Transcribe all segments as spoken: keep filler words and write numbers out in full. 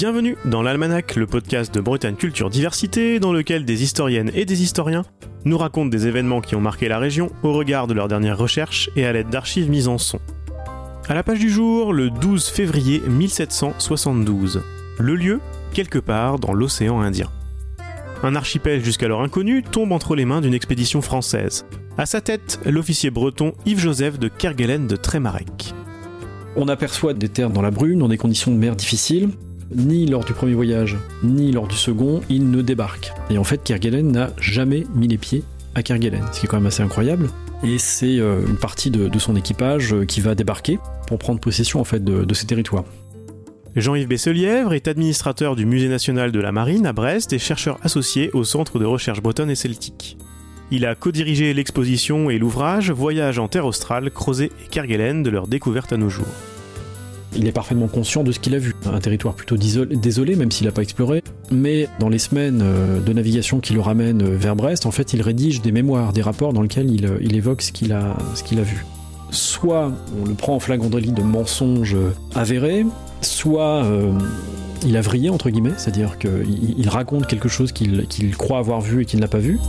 Bienvenue dans l'Almanach, le podcast de Bretagne Culture Diversité, dans lequel des historiennes et des historiens nous racontent des événements qui ont marqué la région au regard de leurs dernières recherches et à l'aide d'archives mises en son. À la page du jour, le douze février mille sept cent soixante-douze. Le lieu, quelque part dans l'océan Indien. Un archipel jusqu'alors inconnu tombe entre les mains d'une expédition française. À sa tête, l'officier breton Yves-Joseph de Kerguelen de Trémarec. On aperçoit des terres dans la brune, dans des conditions de mer difficiles. Ni lors du premier voyage, ni lors du second, il ne débarque. Et en fait, Kerguelen n'a jamais mis les pieds à Kerguelen, ce qui est quand même assez incroyable. Et c'est euh, une partie de, de son équipage euh, qui va débarquer pour prendre possession en fait de, de ces territoires. Jean-Yves Besselièvre est administrateur du Musée national de la marine à Brest et chercheur associé au Centre de recherche bretonne et celtique. Il a co-dirigé l'exposition et l'ouvrage Voyage en terre australe, Crozet et Kerguelen de leur découverte à nos jours. Il est parfaitement conscient de ce qu'il a vu. Un territoire plutôt désolé, même s'il n'a pas exploré. Mais dans les semaines de navigation qui le ramènent vers Brest, en fait, il rédige des mémoires, des rapports dans lesquels il, il évoque ce qu'il a, ce qu'il a vu. Soit on le prend en flagrant délit de mensonge avéré, soit euh, il a vrillé, entre guillemets, c'est-à-dire qu'il il raconte quelque chose qu'il, qu'il croit avoir vu et qu'il n'a pas vu.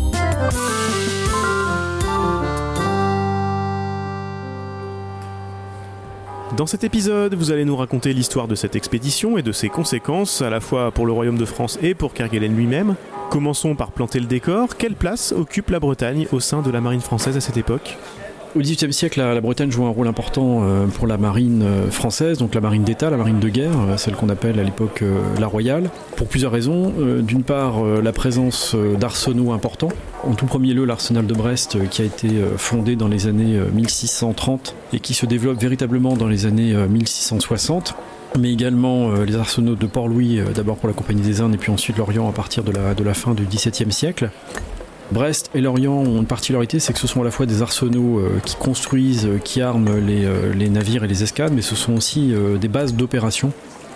Dans cet épisode, vous allez nous raconter l'histoire de cette expédition et de ses conséquences, à la fois pour le Royaume de France et pour Kerguelen lui-même. Commençons par planter le décor. Quelle place occupe la Bretagne au sein de la marine française à cette époque ? Au dix-huitième siècle, la, la Bretagne joue un rôle important euh, pour la marine euh, française, donc la marine d'État, la marine de guerre, euh, celle qu'on appelle à l'époque euh, la Royale, pour plusieurs raisons. Euh, d'une part, euh, la présence euh, d'arsenaux importants. En tout premier lieu, l'arsenal de Brest, euh, qui a été euh, fondé dans les années euh, mille six cent trente et qui se développe véritablement dans les années euh, mille six cent soixante. Mais également euh, les arsenaux de Port-Louis, euh, d'abord pour la Compagnie des Indes et puis ensuite l'Orient à partir de la, de la fin du dix-septième siècle. Brest et Lorient ont une particularité, c'est que ce sont à la fois des arsenaux euh, qui construisent, euh, qui arment les, euh, les navires et les escadres, mais ce sont aussi euh, des bases d'opération.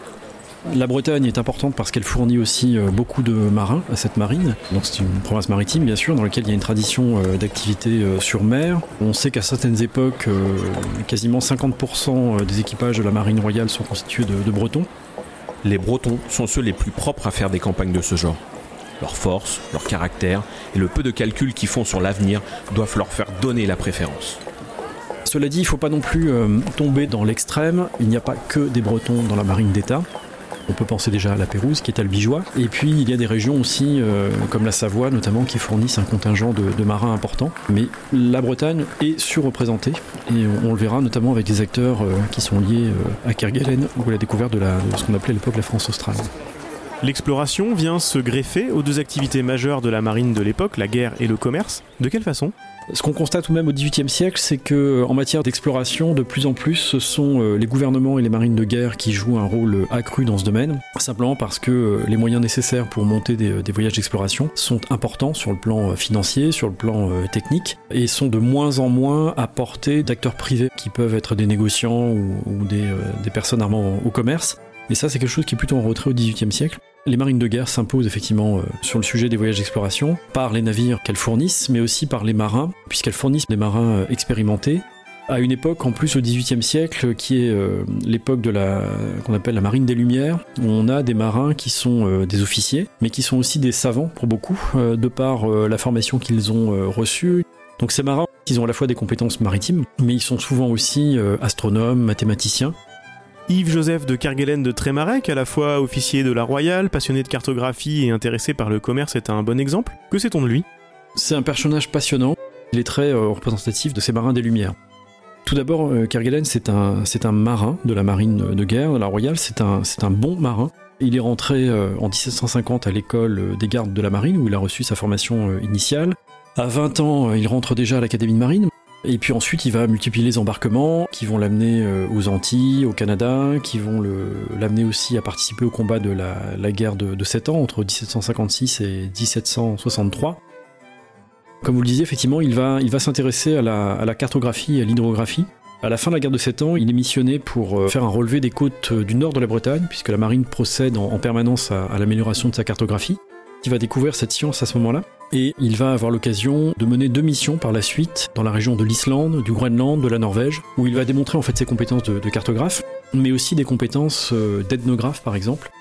La Bretagne est importante parce qu'elle fournit aussi euh, beaucoup de marins à cette marine. Donc c'est une province maritime, bien sûr, dans laquelle il y a une tradition euh, d'activité euh, sur mer. On sait qu'à certaines époques, euh, quasiment cinquante pour cent des équipages de la marine royale sont constitués de, de Bretons. Les Bretons sont ceux les plus propres à faire des campagnes de ce genre. Leur force, leur caractère et le peu de calculs qu'ils font sur l'avenir doivent leur faire donner la préférence. Cela dit, il ne faut pas non plus euh, tomber dans l'extrême. Il n'y a pas que des Bretons dans la marine d'État. On peut penser déjà à la Pérouse, qui est albigeois. Et puis, il y a des régions aussi, euh, comme la Savoie notamment, qui fournissent un contingent de, de marins importants. Mais la Bretagne est surreprésentée. Et on, on le verra notamment avec des acteurs euh, qui sont liés euh, à Kerguelen, ou à la découverte de, la, de ce qu'on appelait à l'époque la France australe. L'exploration vient se greffer aux deux activités majeures de la marine de l'époque, la guerre et le commerce. De quelle façon ? Ce qu'on constate tout de même au dix-huitième siècle, c'est qu'en matière d'exploration, de plus en plus, ce sont les gouvernements et les marines de guerre qui jouent un rôle accru dans ce domaine, simplement parce que les moyens nécessaires pour monter des, des voyages d'exploration sont importants sur le plan financier, sur le plan technique, et sont de moins en moins à portée d'acteurs privés qui peuvent être des négociants ou, ou des, des personnes armant au commerce. Et ça, c'est quelque chose qui est plutôt en retrait au dix-huitième siècle. Les marines de guerre s'imposent effectivement euh, sur le sujet des voyages d'exploration par les navires qu'elles fournissent, mais aussi par les marins, puisqu'elles fournissent des marins euh, expérimentés. À une époque, en plus au dix-huitième siècle, qui est euh, l'époque de la qu'on appelle la marine des Lumières, où on a des marins qui sont euh, des officiers, mais qui sont aussi des savants pour beaucoup, euh, de par euh, la formation qu'ils ont euh, reçue. Donc ces marins, ils ont à la fois des compétences maritimes, mais ils sont souvent aussi euh, astronomes, mathématiciens. Yves-Joseph de Kerguelen de Trémarec, à la fois officier de la Royale, passionné de cartographie et intéressé par le commerce, est un bon exemple. Que sait-on de lui ? C'est un personnage passionnant. Il est très euh, représentatif de ces marins des Lumières. Tout d'abord, euh, Kerguelen, c'est un, c'est un marin de la marine de guerre, de la Royale. C'est un, c'est un bon marin. Il est rentré euh, en dix-sept cent cinquante à l'école des gardes de la marine, où il a reçu sa formation euh, initiale. À vingt ans, euh, il rentre déjà à l'Académie de marine. Et puis ensuite, il va multiplier les embarquements qui vont l'amener aux Antilles, au Canada, qui vont le, l'amener aussi à participer au combat de la, la guerre de, de sept ans, entre dix-sept cent cinquante-six et dix-sept cent soixante-trois. Comme vous le disiez, effectivement, il va, il va s'intéresser à la, à la cartographie et à l'hydrographie. À la fin de la guerre de sept ans, il est missionné pour faire un relevé des côtes du nord de la Bretagne, puisque la marine procède en, en permanence à, à l'amélioration de sa cartographie. Il va découvrir cette science à ce moment-là. Et il va avoir l'occasion de mener deux missions par la suite dans la région de l'Islande, du Groenland, de la Norvège, où il va démontrer en fait ses compétences de, de cartographe, mais aussi des compétences euh, d'ethnographe par exemple.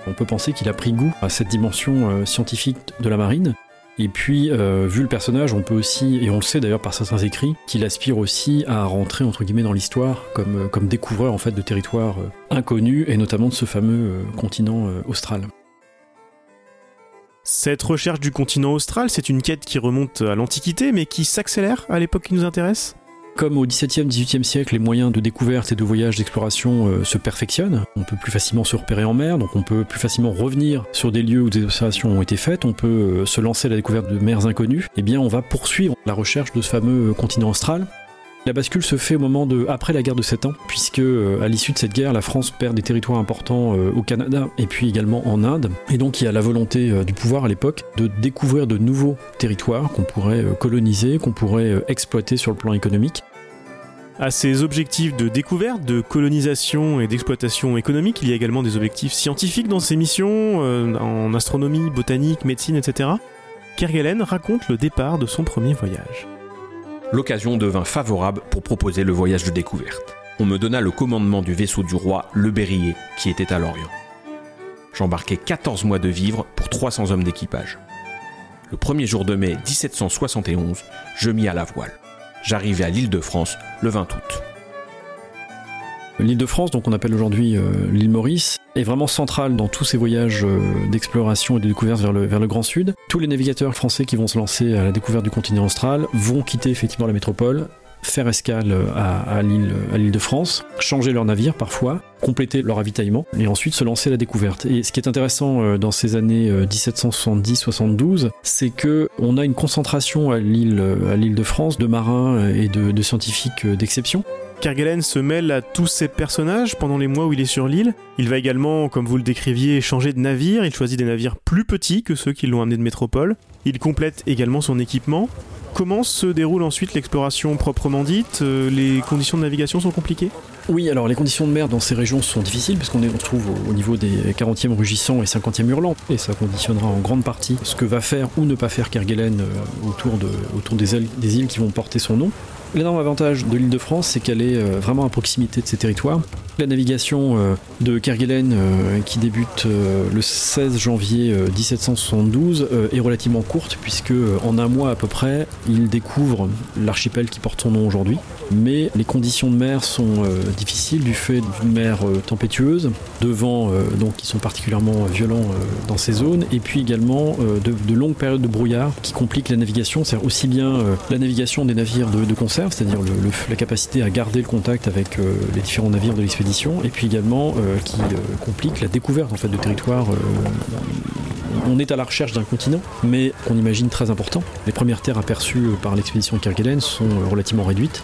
On peut penser qu'il a pris goût à cette dimension euh, scientifique de la marine. Et puis, euh, vu le personnage, on peut aussi, et on le sait d'ailleurs par certains écrits, qu'il aspire aussi à rentrer entre guillemets dans l'histoire comme, comme découvreur en fait de territoires euh, inconnus, et notamment de ce fameux euh, continent euh, austral. Cette recherche du continent austral, c'est une quête qui remonte à l'Antiquité, mais qui s'accélère à l'époque qui nous intéresse ? Comme au dix-septième, dix-huitième siècle, les moyens de découverte et de voyage d'exploration euh, se perfectionnent, on peut plus facilement se repérer en mer, donc on peut plus facilement revenir sur des lieux où des observations ont été faites, on peut euh, se lancer à la découverte de mers inconnues, et bien on va poursuivre la recherche de ce fameux continent austral. La bascule se fait au moment de après la guerre de Sept Ans, puisque euh, à l'issue de cette guerre, la France perd des territoires importants euh, au Canada et puis également en Inde, et donc il y a la volonté euh, du pouvoir à l'époque de découvrir de nouveaux territoires qu'on pourrait euh, coloniser, qu'on pourrait euh, exploiter sur le plan économique. À ces objectifs de découverte, de colonisation et d'exploitation économique, il y a également des objectifs scientifiques dans ces missions, euh, en astronomie, botanique, médecine, et cetera. Kerguelen raconte le départ de son premier voyage. L'occasion devint favorable pour proposer le voyage de découverte. On me donna le commandement du vaisseau du roi, le Berryer, qui était à Lorient. J'embarquai quatorze mois de vivres pour trois cents hommes d'équipage. Le premier jour de mai dix-sept cent soixante et onze, je mis à la voile. J'arrivai à l'île de France le vingt août. L'île de France, donc on appelle aujourd'hui euh, l'île Maurice, est vraiment centrale dans tous ces voyages euh, d'exploration et de découverte vers le, vers le Grand Sud. Tous les navigateurs français qui vont se lancer à la découverte du continent austral vont quitter effectivement la métropole, faire escale à, à, l'île, à l'île de France, changer leur navire parfois, compléter leur ravitaillement et ensuite se lancer à la découverte. Et ce qui est intéressant euh, dans ces années euh, dix-sept cent soixante-dix soixante-douze, c'est qu'on a une concentration à l'île, à l'île de France de marins et de, de scientifiques d'exception. Kerguelen se mêle à tous ces personnages pendant les mois où il est sur l'île. Il va également, comme vous le décriviez, changer de navire. Il choisit des navires plus petits que ceux qui l'ont amené de métropole. Il complète également son équipement. Comment se déroule ensuite l'exploration proprement dite ? Les conditions de navigation sont compliquées ? Oui, alors les conditions de mer dans ces régions sont difficiles parce qu'on est, on se trouve au, au niveau des quarantième rugissants et cinquantième hurlants, et ça conditionnera en grande partie ce que va faire ou ne pas faire Kerguelen euh, autour, de, autour des, ailes, des îles qui vont porter son nom. L'énorme avantage de l'île de France, c'est qu'elle est euh, vraiment à proximité de ces territoires. La navigation euh, de Kerguelen, euh, qui débute euh, le seize janvier euh, dix-sept cent soixante-douze, euh, est relativement courte, puisque euh, en un mois à peu près, il découvre l'archipel qui porte son nom aujourd'hui. Mais les conditions de mer sont euh, difficiles du fait d'une mer euh, tempétueuse, de vents euh, donc, qui sont particulièrement violents euh, dans ces zones, et puis également euh, de, de longues périodes de brouillard qui compliquent la navigation. C'est aussi bien euh, la navigation des navires de, de conserve, c'est-à-dire le, le, la capacité à garder le contact avec euh, les différents navires de l'expédition, et puis également euh, qui euh, complique la découverte en fait, de territoires. Euh, on est à la recherche d'un continent, mais qu'on imagine très important. Les premières terres aperçues par l'expédition Kerguelen sont euh, relativement réduites.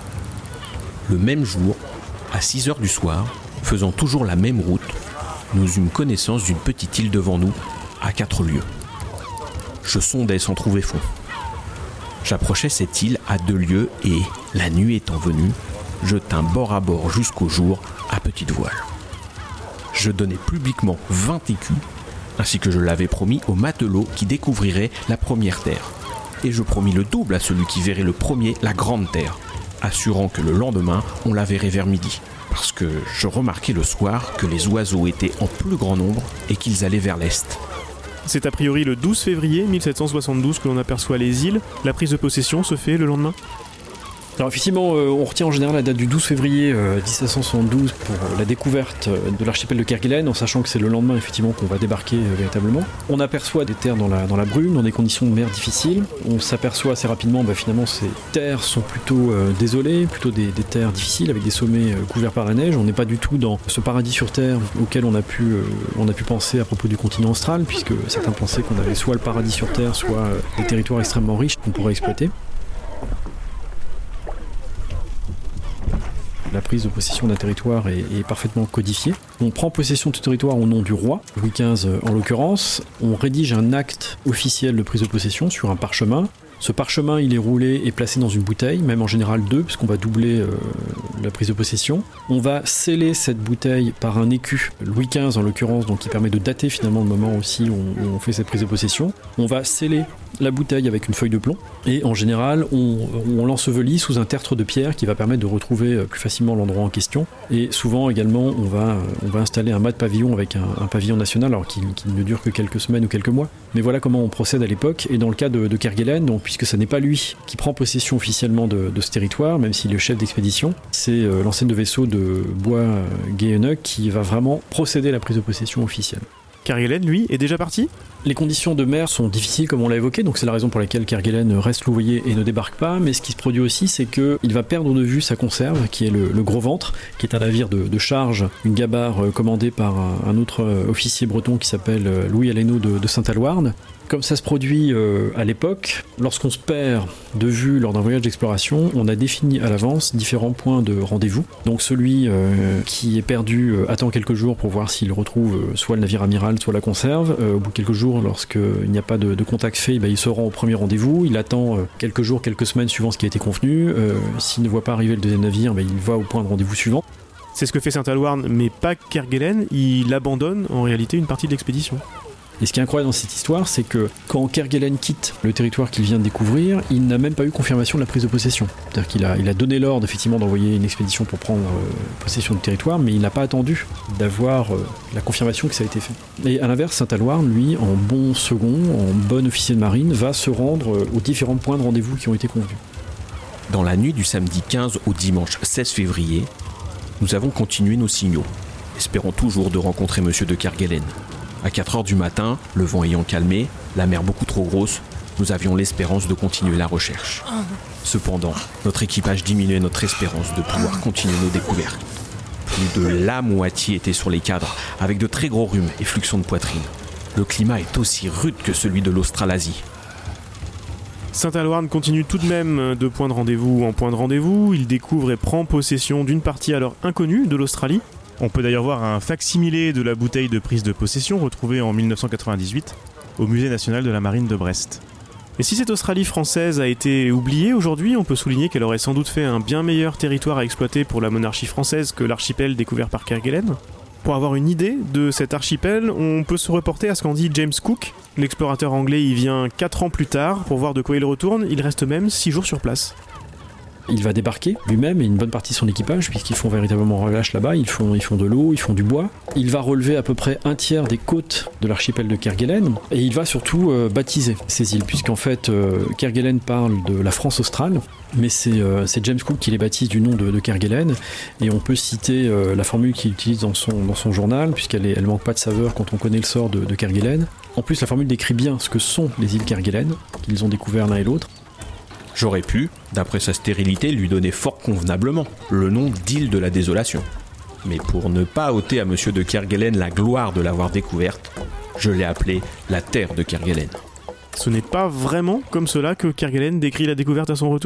Le même jour, à six heures du soir, faisant toujours la même route, nous eûmes connaissance d'une petite île devant nous, à quatre lieues. Je sondais sans trouver fond. J'approchais cette île à deux lieues et, la nuit étant venue, je tins bord à bord jusqu'au jour à petite voile. Je donnai publiquement vingt écus, ainsi que je l'avais promis au matelot qui découvrirait la première terre. Et je promis le double à celui qui verrait le premier la grande terre, assurant que le lendemain, on la verrait vers midi. Parce que je remarquai le soir que les oiseaux étaient en plus grand nombre et qu'ils allaient vers l'est. C'est a priori le douze février mille sept cent soixante-douze que l'on aperçoit les îles. La prise de possession se fait le lendemain ? Alors effectivement, euh, on retient en général la date du douze février euh, dix-sept cent soixante-douze pour euh, la découverte euh, de l'archipel de Kerguelen, en sachant que c'est le lendemain effectivement qu'on va débarquer euh, véritablement. On aperçoit des terres dans la, dans la brume, dans des conditions de mer difficiles. On s'aperçoit assez rapidement, bah, finalement ces terres sont plutôt euh, désolées, plutôt des, des terres difficiles avec des sommets euh, couverts par la neige. On n'est pas du tout dans ce paradis sur terre auquel on a pu, euh, on a pu penser à propos du continent austral, puisque certains pensaient qu'on avait soit le paradis sur terre, soit euh, des territoires extrêmement riches qu'on pourrait exploiter. La prise de possession d'un territoire est, est parfaitement codifiée. On prend possession de ce territoire au nom du roi, Louis quinze en l'occurrence. On rédige un acte officiel de prise de possession sur un parchemin. Ce parchemin, il est roulé et placé dans une bouteille, même en général deux, puisqu'on va doubler euh, la prise de possession. On va sceller cette bouteille par un écu, Louis quinze en l'occurrence, donc qui permet de dater finalement le moment aussi où on, où on fait cette prise de possession. On va sceller la bouteille avec une feuille de plomb et en général on, on l'ensevelit sous un tertre de pierre qui va permettre de retrouver plus facilement l'endroit en question. Et souvent également on va, on va installer un mât de pavillon avec un, un pavillon national, alors qu'il, qu'il ne dure que quelques semaines ou quelques mois. Mais voilà comment on procède à l'époque. Et dans le cas de, de Kerguelen, donc, puisque ce n'est pas lui qui prend possession officiellement de, de ce territoire, même s'il est le chef d'expédition, c'est euh, l'enseigne de vaisseau de Bois-Guéheneuc qui va vraiment procéder à la prise de possession officielle. Kerguelen, lui, est déjà parti ? Les conditions de mer sont difficiles comme on l'a évoqué, donc c'est la raison pour laquelle Kerguelen reste louvoyer et ne débarque pas, mais ce qui se produit aussi c'est qu'il va perdre de vue sa conserve, qui est le, le Gros Ventre, qui est un navire de, de charge, une gabarre commandée par un, un autre officier breton qui s'appelle Louis Allénaud de, de Saint-Aloarn. Comme ça se produit euh, à l'époque, lorsqu'on se perd de vue lors d'un voyage d'exploration, on a défini à l'avance différents points de rendez-vous. Donc celui euh, qui est perdu euh, attend quelques jours pour voir s'il retrouve euh, soit le navire amiral, soit la conserve. Euh, au bout de quelques jours, lorsqu'il n'y a pas de, de contact fait, bah, il se rend au premier rendez-vous. Il attend euh, quelques jours, quelques semaines suivant ce qui a été convenu. Euh, s'il ne voit pas arriver le deuxième navire, bah, il va au point de rendez-vous suivant. C'est ce que fait Saint-Aloarn, mais pas Kerguelen. Il abandonne en réalité une partie de l'expédition. Et ce qui est incroyable dans cette histoire, c'est que quand Kerguelen quitte le territoire qu'il vient de découvrir, il n'a même pas eu confirmation de la prise de possession. C'est-à-dire qu'il a, il a donné l'ordre effectivement d'envoyer une expédition pour prendre euh, possession du territoire, mais il n'a pas attendu d'avoir euh, la confirmation que ça a été fait. Et à l'inverse, Saint-Aloarn, lui, en bon second, en bon officier de marine, va se rendre euh, aux différents points de rendez-vous qui ont été convenus. Dans la nuit du samedi quinze au dimanche seize février, nous avons continué nos signaux, espérant toujours de rencontrer Monsieur de Kerguelen. À quatre heures du matin, le vent ayant calmé, la mer beaucoup trop grosse, nous avions l'espérance de continuer la recherche. Cependant, notre équipage diminuait notre espérance de pouvoir continuer nos découvertes. Plus de la moitié était sur les cadres, avec de très gros rhumes et fluxions de poitrine. Le climat est aussi rude que celui de l'Australasie. Saint-Aloarn continue tout de même de point de rendez-vous en point de rendez-vous. Il découvre et prend possession d'une partie alors inconnue de l'Australie. On peut d'ailleurs voir un fac-similé de la bouteille de prise de possession retrouvée en dix-neuf cent quatre-vingt-dix-huit au Musée national de la marine de Brest. Et si cette Australie française a été oubliée aujourd'hui, on peut souligner qu'elle aurait sans doute fait un bien meilleur territoire à exploiter pour la monarchie française que l'archipel découvert par Kerguelen. Pour avoir une idée de cet archipel, on peut se reporter à ce qu'en dit James Cook. L'explorateur anglais y vient quatre ans plus tard pour voir de quoi il retourne, il reste même six jours sur place. Il va débarquer lui-même et une bonne partie de son équipage, puisqu'ils font véritablement relâche là-bas, ils font, ils font de l'eau, ils font du bois. Il va relever à peu près un tiers des côtes de l'archipel de Kerguelen, et il va surtout euh, baptiser ces îles, puisqu'en fait euh, Kerguelen parle de la France australe, mais c'est, euh, c'est James Cook qui les baptise du nom de, de Kerguelen, et on peut citer euh, la formule qu'il utilise dans son, dans son journal, puisqu'elle est, elle manque pas de saveur quand on connaît le sort de, de Kerguelen. En plus, la formule décrit bien ce que sont les îles Kerguelen, qu'ils ont découvert l'un et l'autre. J'aurais pu, d'après sa stérilité, lui donner fort convenablement le nom d'île de la désolation. Mais pour ne pas ôter à Monsieur de Kerguelen la gloire de l'avoir découverte, je l'ai appelée la terre de Kerguelen. Ce n'est pas vraiment comme cela que Kerguelen décrit la découverte à son retour ?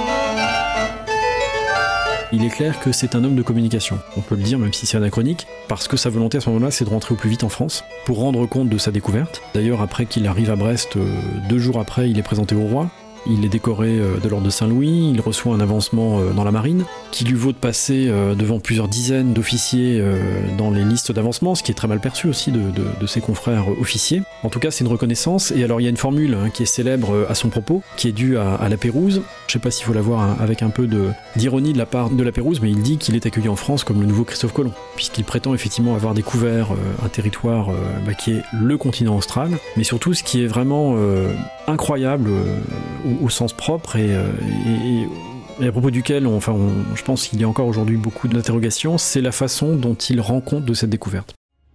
Il est clair que c'est un homme de communication, on peut le dire même si c'est anachronique, parce que sa volonté à ce moment-là c'est de rentrer au plus vite en France pour rendre compte de sa découverte. D'ailleurs après qu'il arrive à Brest, euh, deux jours après il est présenté au roi. Il est décoré de l'ordre de Saint-Louis, il reçoit un avancement dans la marine, qui lui vaut de passer devant plusieurs dizaines d'officiers dans les listes d'avancement, ce qui est très mal perçu aussi de, de, de ses confrères officiers. En tout cas, c'est une reconnaissance, et alors il y a une formule hein, qui est célèbre à son propos, qui est due à, à la Pérouse. Je sais pas s'il faut la voir hein, avec un peu de, d'ironie de la part de la Pérouse, mais il dit qu'il est accueilli en France comme le nouveau Christophe Colomb, puisqu'il prétend effectivement avoir découvert euh, un territoire euh, bah, qui est le continent austral, mais surtout ce qui est vraiment euh, incroyable euh, au, au sens propre et, euh, et, et à propos duquel on, enfin, on, je pense qu'il y a encore aujourd'hui beaucoup d'interrogations, c'est la façon dont il rend compte de cette découverte.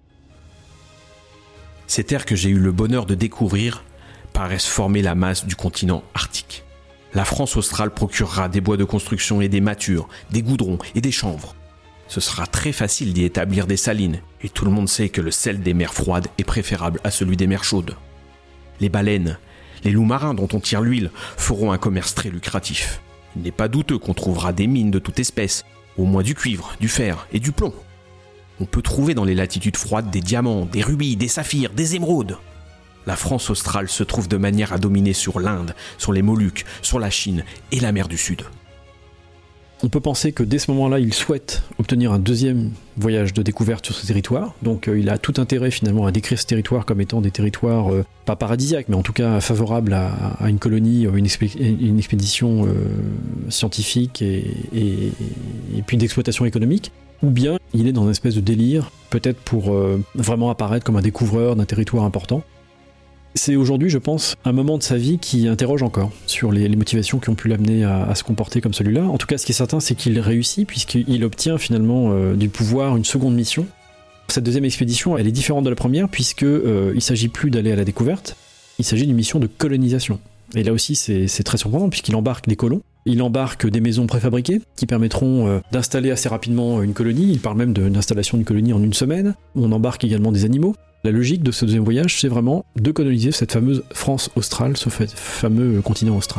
Ces terres que j'ai eu le bonheur de découvrir paraissent former la masse du continent arctique. La France australe procurera des bois de construction et des mâtures, des goudrons et des chanvres. Ce sera très facile d'y établir des salines, et tout le monde sait que le sel des mers froides est préférable à celui des mers chaudes. Les baleines, les loups marins dont on tire l'huile feront un commerce très lucratif. Il n'est pas douteux qu'on trouvera des mines de toute espèce, au moins du cuivre, du fer et du plomb. On peut trouver dans les latitudes froides des diamants, des rubis, des saphirs, des émeraudes. La France australe se trouve de manière à dominer sur l'Inde, sur les Moluques, sur la Chine et la mer du Sud. On peut penser que dès ce moment-là, il souhaite obtenir un deuxième voyage de découverte sur ce territoire. Donc euh, il a tout intérêt finalement à décrire ce territoire comme étant des territoires euh, pas paradisiaques, mais en tout cas favorables à, à une colonie, une, expé- une expédition euh, scientifique et, et, et puis d'exploitation économique. Ou bien il est dans une espèce de délire, peut-être pour euh, vraiment apparaître comme un découvreur d'un territoire important. C'est aujourd'hui, je pense, un moment de sa vie qui interroge encore sur les, les motivations qui ont pu l'amener à, à se comporter comme celui-là. En tout cas, ce qui est certain, c'est qu'il réussit, puisqu'il obtient finalement euh, du pouvoir une seconde mission. Cette deuxième expédition, elle est différente de la première, puisqu'il euh, ne s'agit plus d'aller à la découverte, il s'agit d'une mission de colonisation. Et là aussi, c'est, c'est très surprenant, puisqu'il embarque des colons, il embarque des maisons préfabriquées, qui permettront euh, d'installer assez rapidement une colonie. Il parle même de, d'installation d'une colonie en une semaine. On embarque également des animaux. La logique de ce deuxième voyage, c'est vraiment de coloniser cette fameuse France australe, ce fameux continent austral.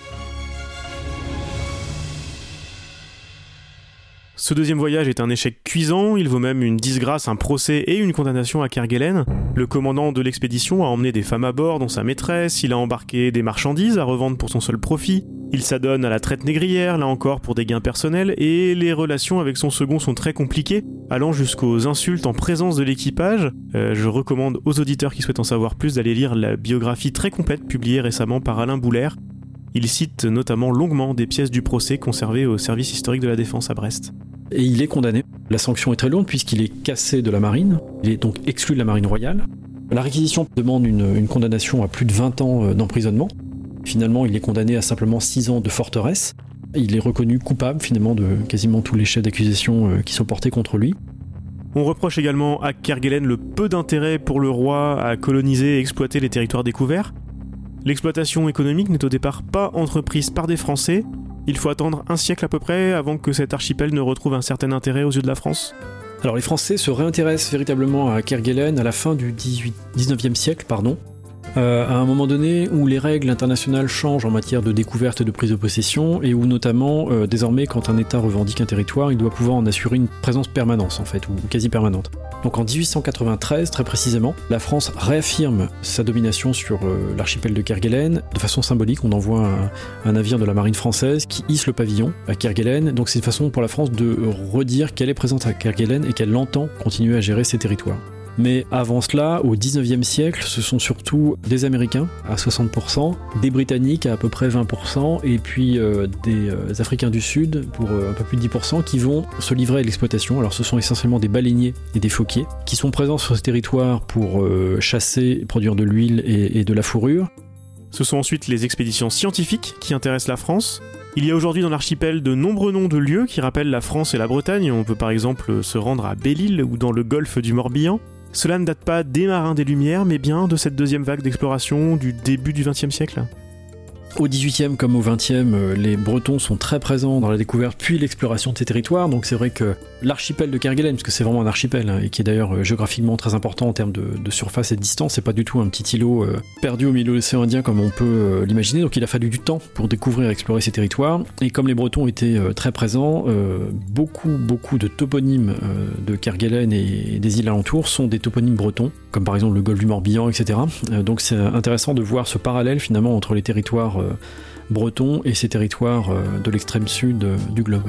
Ce deuxième voyage est un échec cuisant, il vaut même une disgrâce, un procès et une condamnation à Kerguelen. Le commandant de l'expédition a emmené des femmes à bord, dont sa maîtresse, il a embarqué des marchandises à revendre pour son seul profit, il s'adonne à la traite négrière, là encore pour des gains personnels, et les relations avec son second sont très compliquées, allant jusqu'aux insultes en présence de l'équipage. Euh, je recommande aux auditeurs qui souhaitent en savoir plus d'aller lire la biographie très complète publiée récemment par Alain Boulaire. Il cite notamment longuement des pièces du procès conservées au service historique de la défense à Brest. Et il est condamné. La sanction est très lourde puisqu'il est cassé de la marine, il est donc exclu de la marine royale. La réquisition demande une, une condamnation à plus de vingt ans d'emprisonnement. Finalement, il est condamné à simplement six ans de forteresse. Il est reconnu coupable finalement de quasiment tous les chefs d'accusation qui sont portés contre lui. On reproche également à Kerguelen le peu d'intérêt pour le roi à coloniser et exploiter les territoires découverts. L'exploitation économique n'est au départ pas entreprise par des Français. Il faut attendre un siècle à peu près avant que cet archipel ne retrouve un certain intérêt aux yeux de la France. Alors les Français se réintéressent véritablement à Kerguelen à la fin du dix-neuvième siècle, pardon. Euh, à un moment donné où les règles internationales changent en matière de découverte et de prise de possession, et où notamment, euh, désormais, quand un État revendique un territoire, il doit pouvoir en assurer une présence permanente, en fait, ou quasi permanente. Donc en dix-huit cent quatre-vingt-treize, très précisément, la France réaffirme sa domination sur euh, l'archipel de Kerguelen. De façon symbolique, on envoie un, un navire de la marine française qui hisse le pavillon à Kerguelen. Donc c'est une façon pour la France de redire qu'elle est présente à Kerguelen et qu'elle entend continuer à gérer ses territoires. Mais avant cela, au dix-neuvième siècle, ce sont surtout des Américains à soixante pour cent, des Britanniques à à peu près vingt pour cent, et puis euh, des euh, Africains du Sud pour euh, un peu plus de dix pour cent qui vont se livrer à l'exploitation. Alors ce sont essentiellement des baleiniers et des phoquiers qui sont présents sur ce territoire pour euh, chasser, produire de l'huile et, et de la fourrure. Ce sont ensuite les expéditions scientifiques qui intéressent la France. Il y a aujourd'hui dans l'archipel de nombreux noms de lieux qui rappellent la France et la Bretagne. On peut par exemple se rendre à Belle-Île ou dans le golfe du Morbihan. Cela ne date pas des marins des Lumières, mais bien de cette deuxième vague d'exploration du début du vingtième siècle. Au dix-huitième comme au vingtième, les Bretons sont très présents dans la découverte puis l'exploration de ces territoires, donc c'est vrai que l'archipel de Kerguelen, parce que c'est vraiment un archipel, hein, et qui est d'ailleurs géographiquement très important en termes de, de surface et de distance, c'est pas du tout un petit îlot euh, perdu au milieu de l'océan Indien comme on peut euh, l'imaginer, donc il a fallu du temps pour découvrir et explorer ces territoires, et comme les Bretons étaient euh, très présents, euh, beaucoup, beaucoup de toponymes euh, de Kerguelen et des îles alentours sont des toponymes bretons, comme par exemple le golfe du Morbihan, et cetera. Euh, donc c'est intéressant de voir ce parallèle finalement entre les territoires euh, bretons et ces territoires euh, de l'extrême sud euh, du globe.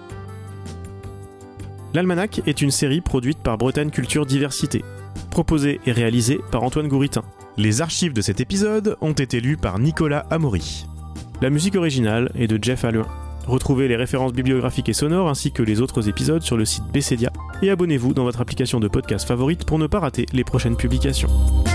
L'Almanach est une série produite par Bretagne Culture Diversité, proposée et réalisée par Antoine Gouritin. Les archives de cet épisode ont été lues par Nicolas Amaury. La musique originale est de Jeff Alluin. Retrouvez les références bibliographiques et sonores ainsi que les autres épisodes sur le site Bessedia et abonnez-vous dans votre application de podcast favorite pour ne pas rater les prochaines publications.